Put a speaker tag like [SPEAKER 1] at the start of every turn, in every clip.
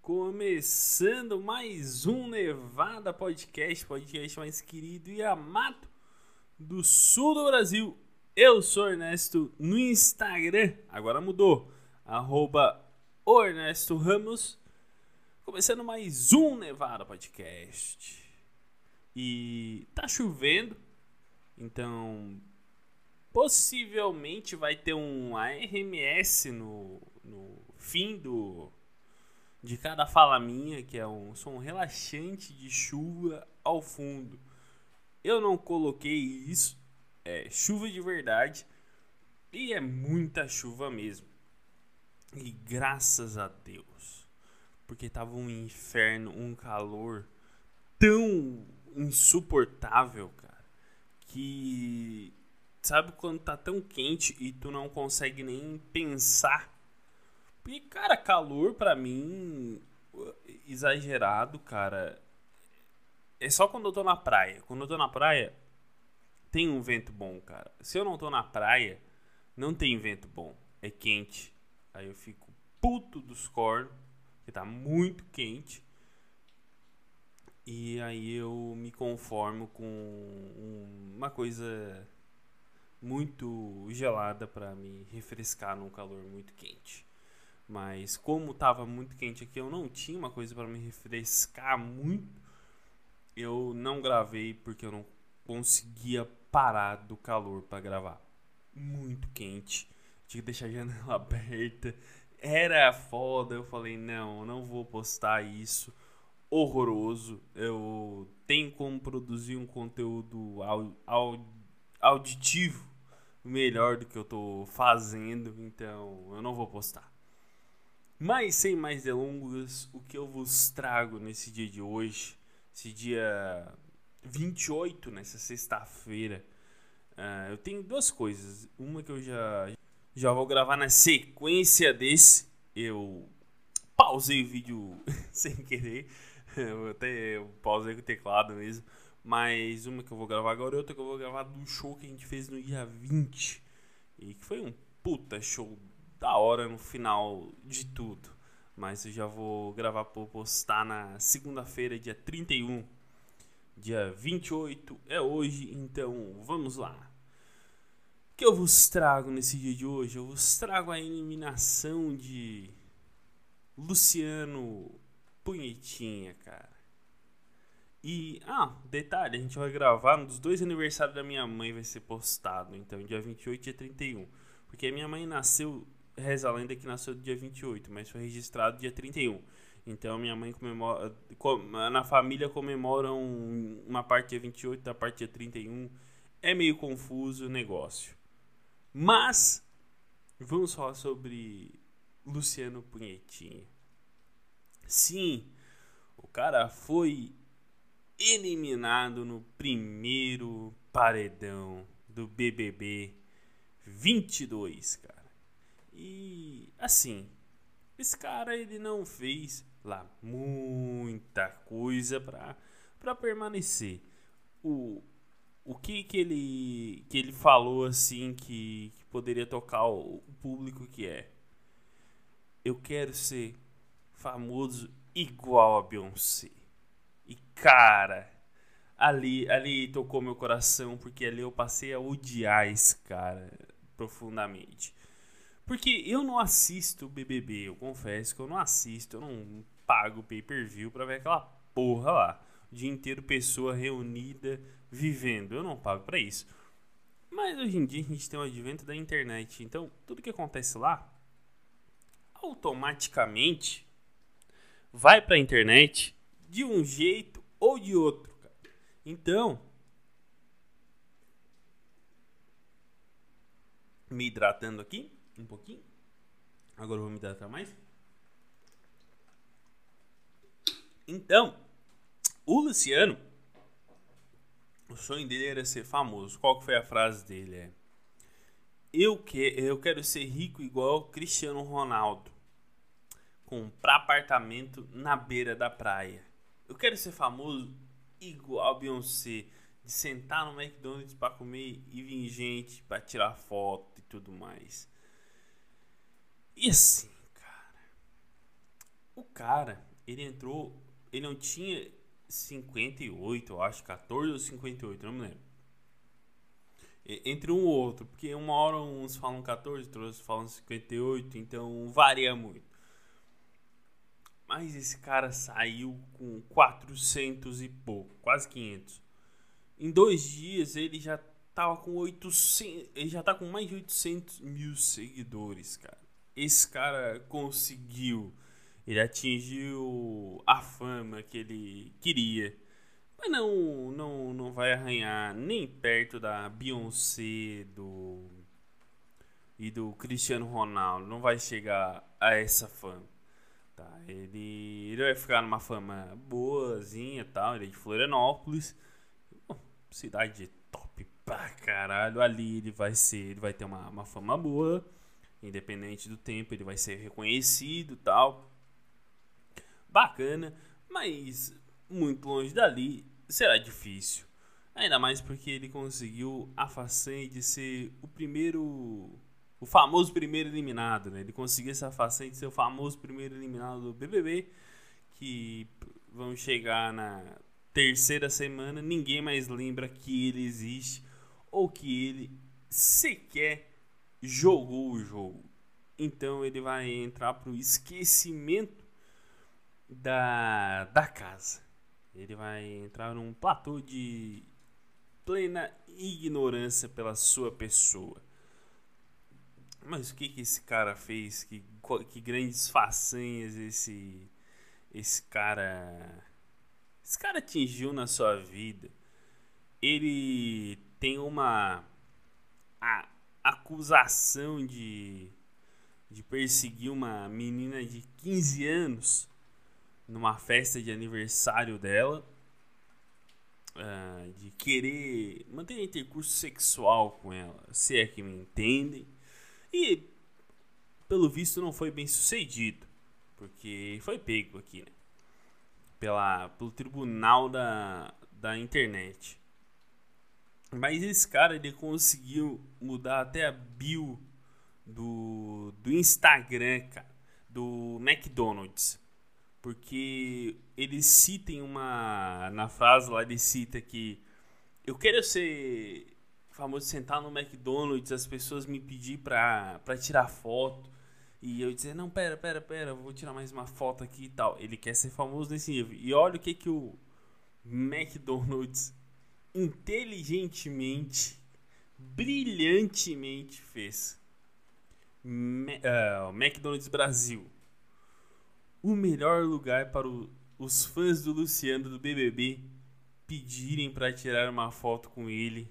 [SPEAKER 1] Começando mais um Nevada podcast mais querido e amado do sul do Brasil. Eu sou Ernesto no Instagram, agora mudou, @Ernesto Ramos. Começando mais um Nevada podcast. E tá chovendo, então possivelmente vai ter um ARMS no fim de cada fala minha, que é um som relaxante de chuva ao fundo. Eu não coloquei isso, é chuva de verdade e é muita chuva mesmo. E graças a Deus, porque tava um inferno, um calor tão insuportável, cara, que sabe quando tá tão quente e tu não consegue nem pensar. Porque, cara, calor pra mim, exagerado, cara, é só quando eu tô na praia. Quando eu tô na praia, tem um vento bom, cara. Se eu não tô na praia, não tem vento bom. É quente. Aí eu fico puto dos cornos, porque tá muito quente. E aí eu me conformo com uma coisa muito gelada pra me refrescar num calor muito quente. Mas como tava muito quente aqui, eu não tinha uma coisa pra me refrescar muito. Eu não gravei porque eu não conseguia parar do calor pra gravar. Muito quente. Tinha que deixar a janela aberta. Era foda. Eu falei, não vou postar isso. Horroroso. Eu tenho como produzir um conteúdo auditivo melhor do que eu tô fazendo. Então eu não vou postar. Mas sem mais delongas, o que eu vos trago nesse dia de hoje, esse dia 28, nessa sexta-feira, eu tenho duas coisas. Uma que eu já vou gravar na sequência desse. Eu pausei o vídeo sem querer, eu pausei com o teclado mesmo. Mas uma que eu vou gravar agora e outra que eu vou gravar do show que a gente fez no dia 20. E que foi um puta show da hora no final de tudo. Mas eu já vou gravar para postar na segunda-feira, dia 31. Dia 28 é hoje, então vamos lá. O que eu vos trago nesse dia de hoje? Eu vos trago a eliminação de Luciano Punhetinha, cara. E, detalhe, a gente vai gravar nos dois aniversários da minha mãe, vai ser postado. Então, dia 28 e dia 31. Porque a minha mãe nasceu, reza a lenda que nasceu dia 28, mas foi registrado dia 31. Então, minha mãe comemora, na família comemoram uma parte dia 28, da parte dia 31. É meio confuso o negócio. Mas, vamos falar sobre Luciano Punhetinha. Sim, o cara foi eliminado no primeiro paredão do BBB 22, cara. E assim, esse cara ele não fez lá muita coisa pra permanecer. O que ele falou assim que poderia tocar o público que é: eu quero ser famoso igual a Beyoncé. E cara, ali tocou meu coração, porque ali eu passei a odiar esse cara profundamente. Porque eu não assisto BBB, eu confesso que eu não assisto, eu não pago pay-per-view pra ver aquela porra lá. O dia inteiro pessoa reunida, vivendo, eu não pago pra isso. Mas hoje em dia a gente tem o advento da internet, então tudo que acontece lá, automaticamente vai pra internet de um jeito ou de outro, cara. Então, me hidratando aqui um pouquinho. Agora eu vou me hidratar mais. Então, o Luciano, o sonho dele era ser famoso. Qual que foi a frase dele? Eu quero ser rico igual Cristiano Ronaldo, comprar apartamento na beira da praia. Eu quero ser famoso igual Beyoncé, de sentar no McDonald's pra comer e vir gente pra tirar foto e tudo mais. E assim, cara, o cara, Ele entrou, ele não tinha 58, eu acho, 14 ou 58, não me lembro. Entre um ou outro, porque uma hora uns falam 14, outros falam 58, então varia muito. Mas esse cara saiu com 400 e pouco, quase 500. Em 2 dias ele já tava com 800, ele já tá com mais de 800 mil seguidores, cara. Esse cara conseguiu, ele atingiu a fama que ele queria. Mas não vai arranhar nem perto da Beyoncé e do Cristiano Ronaldo. Não vai chegar a essa fama. Tá, ele vai ficar numa fama boazinha e tal. Ele é de Florianópolis. Bom, cidade top pra caralho. Ali ele vai ter uma fama boa. Independente do tempo, ele vai ser reconhecido e tal. Bacana, mas muito longe dali será difícil. Ainda mais porque ele conseguiu a façanha de ser o famoso primeiro eliminado, né? Ele conseguiu essa façanha de ser o famoso primeiro eliminado do BBB, que vão chegar na terceira semana, ninguém mais lembra que ele existe ou que ele sequer jogou o jogo. Então ele vai entrar pro esquecimento da casa. Ele vai entrar num platô de plena ignorância pela sua pessoa. Mas o que esse cara fez? Que grandes façanhas esse cara atingiu na sua vida? Ele tem uma acusação de perseguir uma menina de 15 anos numa festa de aniversário dela, de querer manter intercurso sexual com ela, se é que me entendem. E pelo visto não foi bem sucedido, porque foi pego aqui, né? Pelo tribunal da internet. Mas esse cara, ele conseguiu mudar até a bio do Instagram, cara, do McDonald's. Porque ele cita na frase lá, ele cita que eu quero ser famoso, sentar no McDonald's, as pessoas me pedir pra tirar foto. E eu dizer, não, pera, vou tirar mais uma foto aqui e tal. Ele quer ser famoso nesse nível. E olha o que o McDonald's inteligentemente, brilhantemente fez. O McDonald's Brasil. O melhor lugar para os fãs do Luciano do BBB pedirem para tirar uma foto com ele.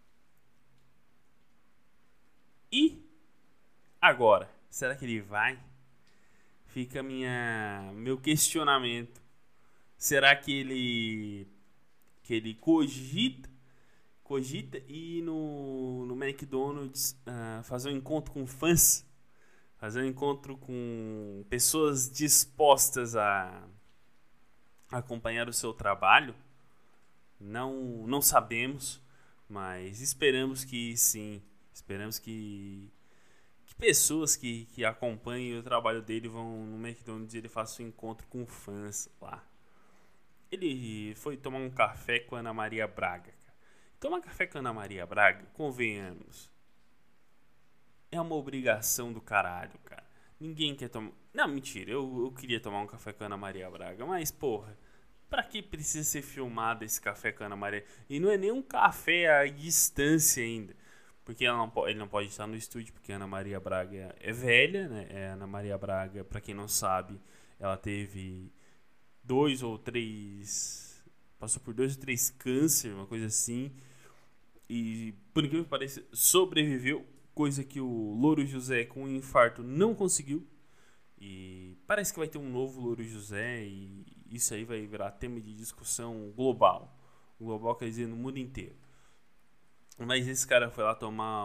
[SPEAKER 1] E agora, será que ele vai? Fica meu questionamento. Será que ele cogita ir no McDonald's fazer um encontro com fãs? Fazer um encontro com pessoas dispostas a acompanhar o seu trabalho? Não sabemos, mas esperamos que sim. Esperamos que pessoas que acompanhem o trabalho dele vão no McDonald's e ele faça um encontro com fãs lá. Ele foi tomar um café com a Ana Maria Braga. Tomar café com a Ana Maria Braga, convenhamos, é uma obrigação do caralho, cara. Ninguém quer tomar... Não, mentira, eu queria tomar um café com a Ana Maria Braga, mas, porra, pra que precisa ser filmado esse café com a Ana Maria? E não é nem um café à distância ainda, porque ele não pode estar no estúdio, porque a Ana Maria Braga é velha, né? A Ana Maria Braga, pra quem não sabe, ela teve 2 ou 3... Passou por 2 ou 3 câncer, uma coisa assim. E, por incrível que pareça, sobreviveu. Coisa que o Louro José com um infarto não conseguiu. E parece que vai ter um novo Louro José. E isso aí vai virar tema de discussão global. Global quer dizer no mundo inteiro. Mas esse cara foi lá tomar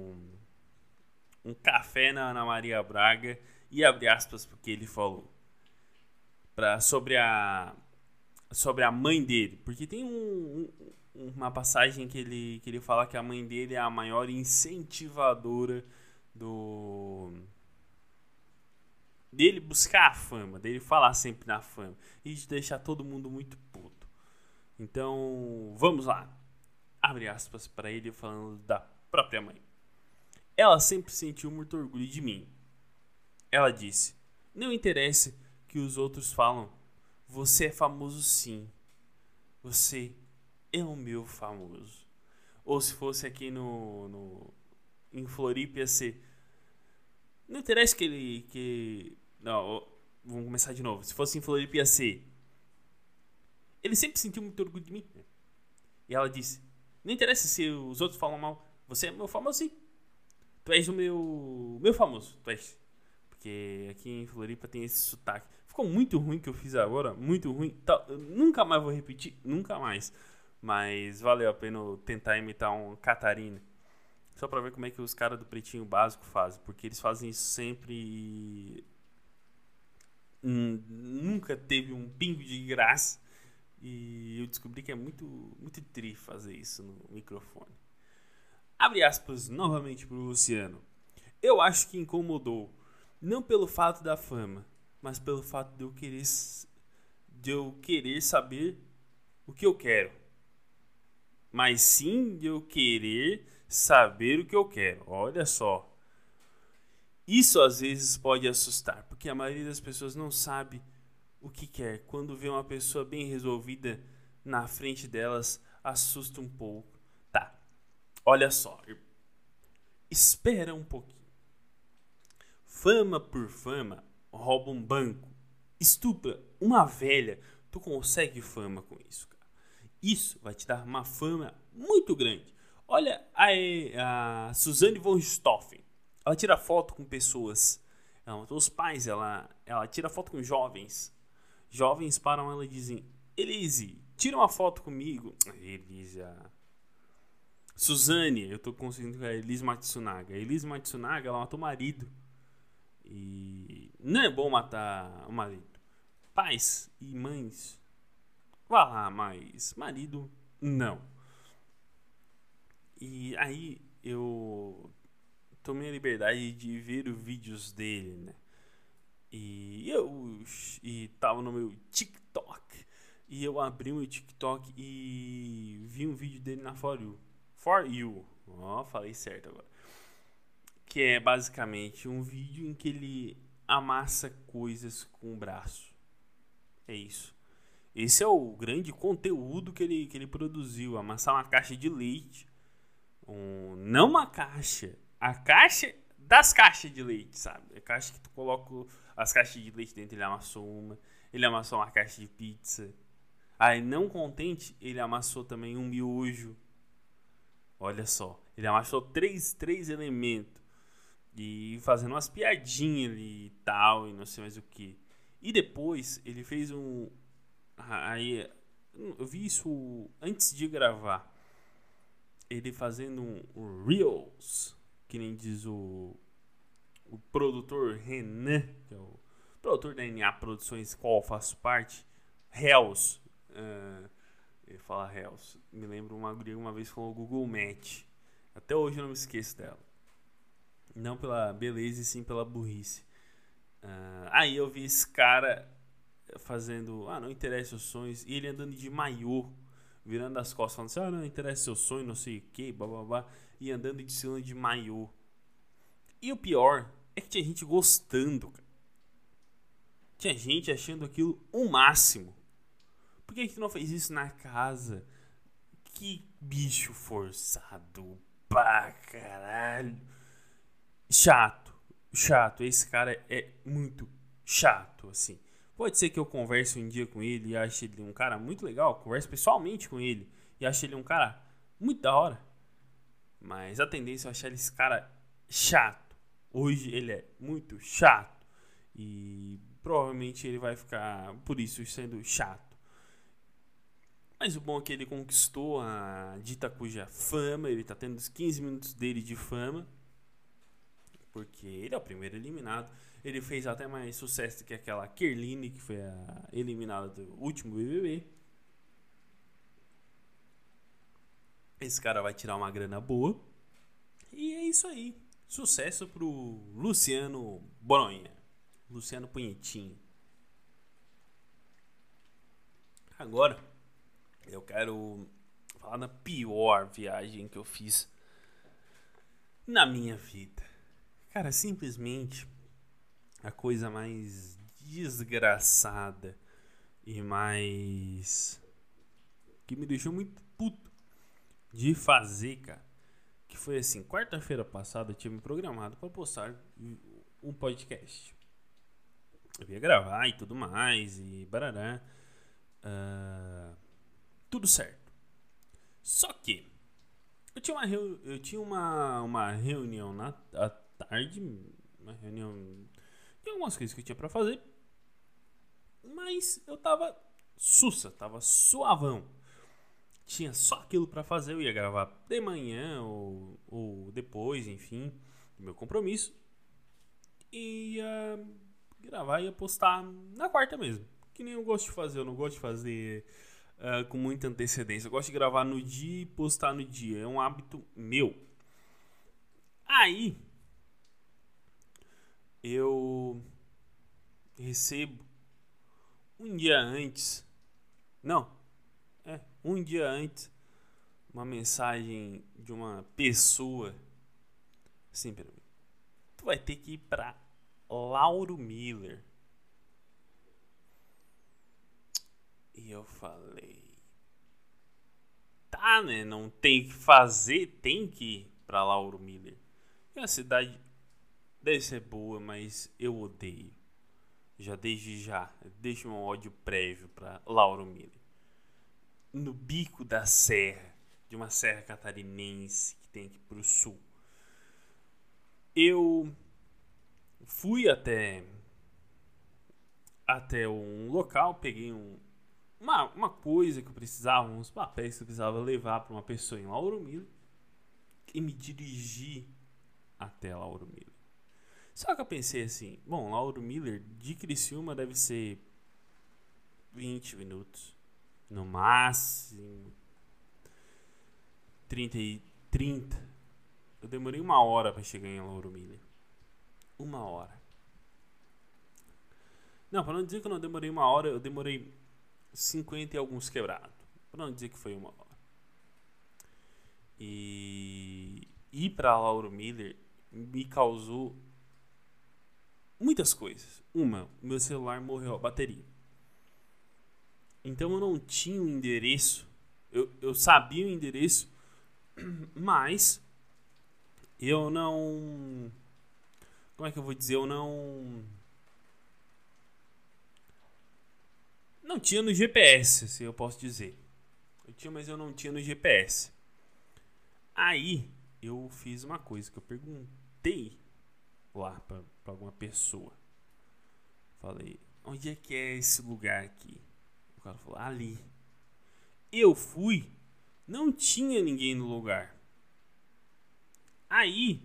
[SPEAKER 1] um café na Ana Maria Braga. E abre aspas porque ele falou. Sobre a mãe dele. Porque tem uma passagem que ele fala que a mãe dele é a maior incentivadora dele buscar a fama, dele falar sempre na fama e de deixar todo mundo muito puto. Então, vamos lá. Abre aspas para ele falando da própria mãe. Ela sempre sentiu muito orgulho de mim. Ela disse: não interessa que os outros falam, você é famoso sim. Você é o meu famoso. Ou se fosse aqui em Floripa ia ser: não interessa não, vamos começar de novo. Se fosse em Floripa ia ser: ele sempre sentiu muito orgulho de mim. E ela disse: não interessa se os outros falam mal, você é meu famoso sim. Tu és o meu famoso, tu és. Porque aqui em Floripa tem esse sotaque. Ficou muito ruim que eu fiz agora, muito ruim. Eu nunca mais vou repetir, nunca mais. Mas valeu a pena eu tentar imitar um Catarina. Só pra ver como é que os caras do Pretinho Básico fazem. Porque eles fazem isso sempre e... nunca teve um pingo de graça. E eu descobri que é muito, muito tri fazer isso no microfone. Abre aspas novamente pro Luciano. Eu acho que incomodou. Não pelo fato da fama, mas pelo fato de eu querer saber o que eu quero. Mas sim de eu querer saber o que eu quero. Olha só. Isso às vezes pode assustar, porque a maioria das pessoas não sabe o que quer. Quando vê uma pessoa bem resolvida na frente delas, assusta um pouco. Tá, olha só. Espera um pouquinho. Fama por fama, rouba um banco, estupra uma velha. Tu consegue fama com isso, cara. Isso vai te dar uma fama muito grande. Olha a Suzanne von Richthofen. Ela tira foto com pessoas. Ela matou os pais. Ela tira foto com jovens. Jovens param ela e dizem: Elise, tira uma foto comigo. Elise, Suzane, eu tô conseguindo. Elise Matsunaga. Elise Matsunaga, ela matou o marido. E não é bom matar o marido. Pais e mães, vá lá, mas marido, não. E aí eu tomei a liberdade de ver os vídeos dele, né? E tava no meu TikTok. E eu abri o meu TikTok e vi um vídeo dele na For You. For You. Ó, falei certo agora. Que é basicamente um vídeo em que ele amassa coisas com o braço. É isso. Esse é o grande conteúdo que ele produziu. Amassar uma caixa de leite. Não uma caixa. A caixa das caixas de leite, sabe? A caixa que tu coloca as caixas de leite dentro. Ele amassou uma. Ele amassou uma caixa de pizza. Aí, não contente, ele amassou também um miojo. Olha só. Ele amassou três elementos. E fazendo umas piadinhas ali e tal, e não sei mais o que. E depois ele fez um... Aí eu vi isso antes de gravar. Ele fazendo um Reels, que nem diz o produtor Renan, que é o produtor da NA Produções, qual eu faço parte. Reels. Ele fala Reels. Me lembro uma guria uma vez falou Google Match. Até hoje eu não me esqueço dela. Não pela beleza e sim pela burrice. Aí eu vi esse cara fazendo... não interessa os sonhos. E ele andando de maiô, virando as costas, falando assim: não interessa seu sonho, não sei o que, bababá. E andando de cima de maiô. E o pior é que tinha gente gostando, cara. Tinha gente achando aquilo o máximo. Por que tu não fez isso na casa? Que bicho forçado pra caralho. Chato. Esse cara é muito chato, assim. Pode ser que eu converse um dia com ele e ache ele um cara muito legal. Converse pessoalmente com ele e ache ele um cara muito da hora. Mas a tendência é achar esse cara chato. Hoje ele é muito chato. E provavelmente ele vai ficar, por isso, sendo chato. Mas o bom é que ele conquistou a dita cuja fama. Ele tá tendo os 15 minutos dele de fama. Porque ele é o primeiro eliminado. Ele fez até mais sucesso do que aquela Kerline, que foi a eliminada do último BBB. Esse cara vai tirar uma grana boa. E é isso aí. Sucesso pro Luciano Boronha. Luciano Punhetinho. Agora, eu quero falar da pior viagem que eu fiz na minha vida. Cara, simplesmente a coisa mais desgraçada e mais que me deixou muito puto de fazer, cara. Que foi assim, quarta-feira passada eu tinha me programado para postar um podcast. Eu ia gravar e tudo mais e barará. Tudo certo. Só que eu tinha uma reunião à tarde, uma reunião de algumas coisas que eu tinha pra fazer, mas eu tava tava suavão. Tinha só aquilo pra fazer, eu ia gravar de manhã ou depois, enfim, do meu compromisso. E ia gravar e ia postar na quarta mesmo. Que nem eu gosto de fazer, eu não gosto de fazer com muita antecedência. Eu gosto de gravar no dia e postar no dia. É um hábito meu. Aí eu recebo um dia antes. Não, um dia antes, uma mensagem de uma pessoa assim pra mim. Tu vai ter que ir pra Lauro Miller. E eu falei, tá, né? Não tem que fazer, tem que ir pra Lauro Miller. E a cidade deve ser boa, mas eu odeio. Já desde já, deixo um ódio prévio pra Lauro Miller. No bico da serra, de uma serra catarinense que tem aqui pro sul. Eu fui até um local, peguei uma coisa que eu precisava, uns papéis que eu precisava levar para uma pessoa em Lauro Miller e me dirigi até Lauro Miller. Só que eu pensei assim, bom, Lauro Miller de Criciúma deve ser 20 minutos, no máximo 30. Eu demorei 1 hora para chegar em Lauro Miller. 1 hora. Não, para não dizer que eu não demorei 1 hora, eu demorei 50 e alguns quebrados. Pra não dizer que foi 1 hora. E ir pra Lauro Miller me causou muitas coisas. Meu celular morreu a bateria. Então eu não tinha o endereço. Eu sabia o endereço, mas eu não... Como é que eu vou dizer? Eu não tinha no GPS, se eu posso dizer. Eu tinha, mas eu não tinha no GPS. Aí eu fiz uma coisa que eu perguntei lá pra alguma pessoa. Falei, onde é que é esse lugar aqui? O cara falou, ali. Eu fui, não tinha ninguém no lugar. Aí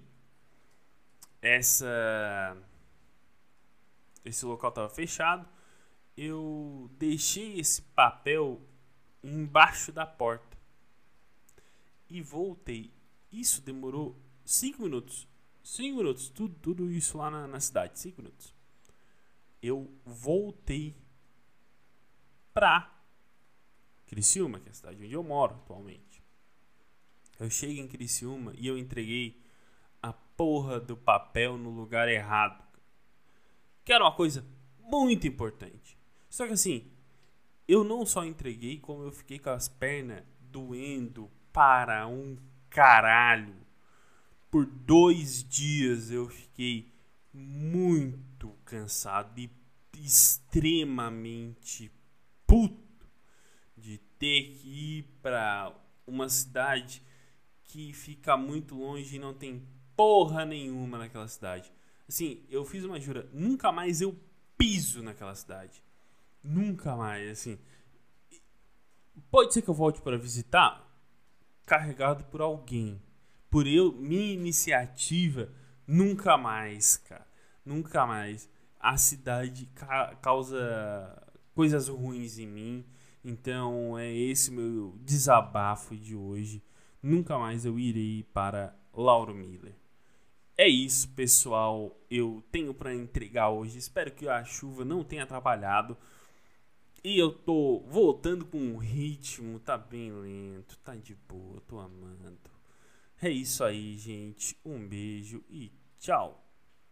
[SPEAKER 1] esse local tava fechado. Eu deixei esse papel embaixo da porta e voltei. Isso demorou 5 minutos. 5 minutos, tudo isso lá na cidade. 5 minutos. Eu voltei pra Criciúma, que é a cidade onde eu moro atualmente. Eu cheguei em Criciúma e eu entreguei a porra do papel no lugar errado. Que era uma coisa muito importante. Só que assim, eu não só entreguei, como eu fiquei com as pernas doendo para um caralho. Por 2 dias eu fiquei muito cansado e extremamente puto de ter que ir para uma cidade que fica muito longe e não tem porra nenhuma naquela cidade. Assim, eu fiz uma jura, nunca mais eu piso naquela cidade. Nunca mais, assim. Pode ser que eu volte para visitar carregado por alguém. Por minha iniciativa, nunca mais, cara. Nunca mais. A cidade causa coisas ruins em mim. Então é esse meu desabafo de hoje. Nunca mais eu irei para Lauro Miller. é isso, pessoal. Eu tenho pra entregar hoje. Espero que a chuva não tenha atrapalhado. E eu tô voltando com um ritmo, tá bem lento, tá de boa, tô amando. É isso aí, gente. Um beijo e tchau.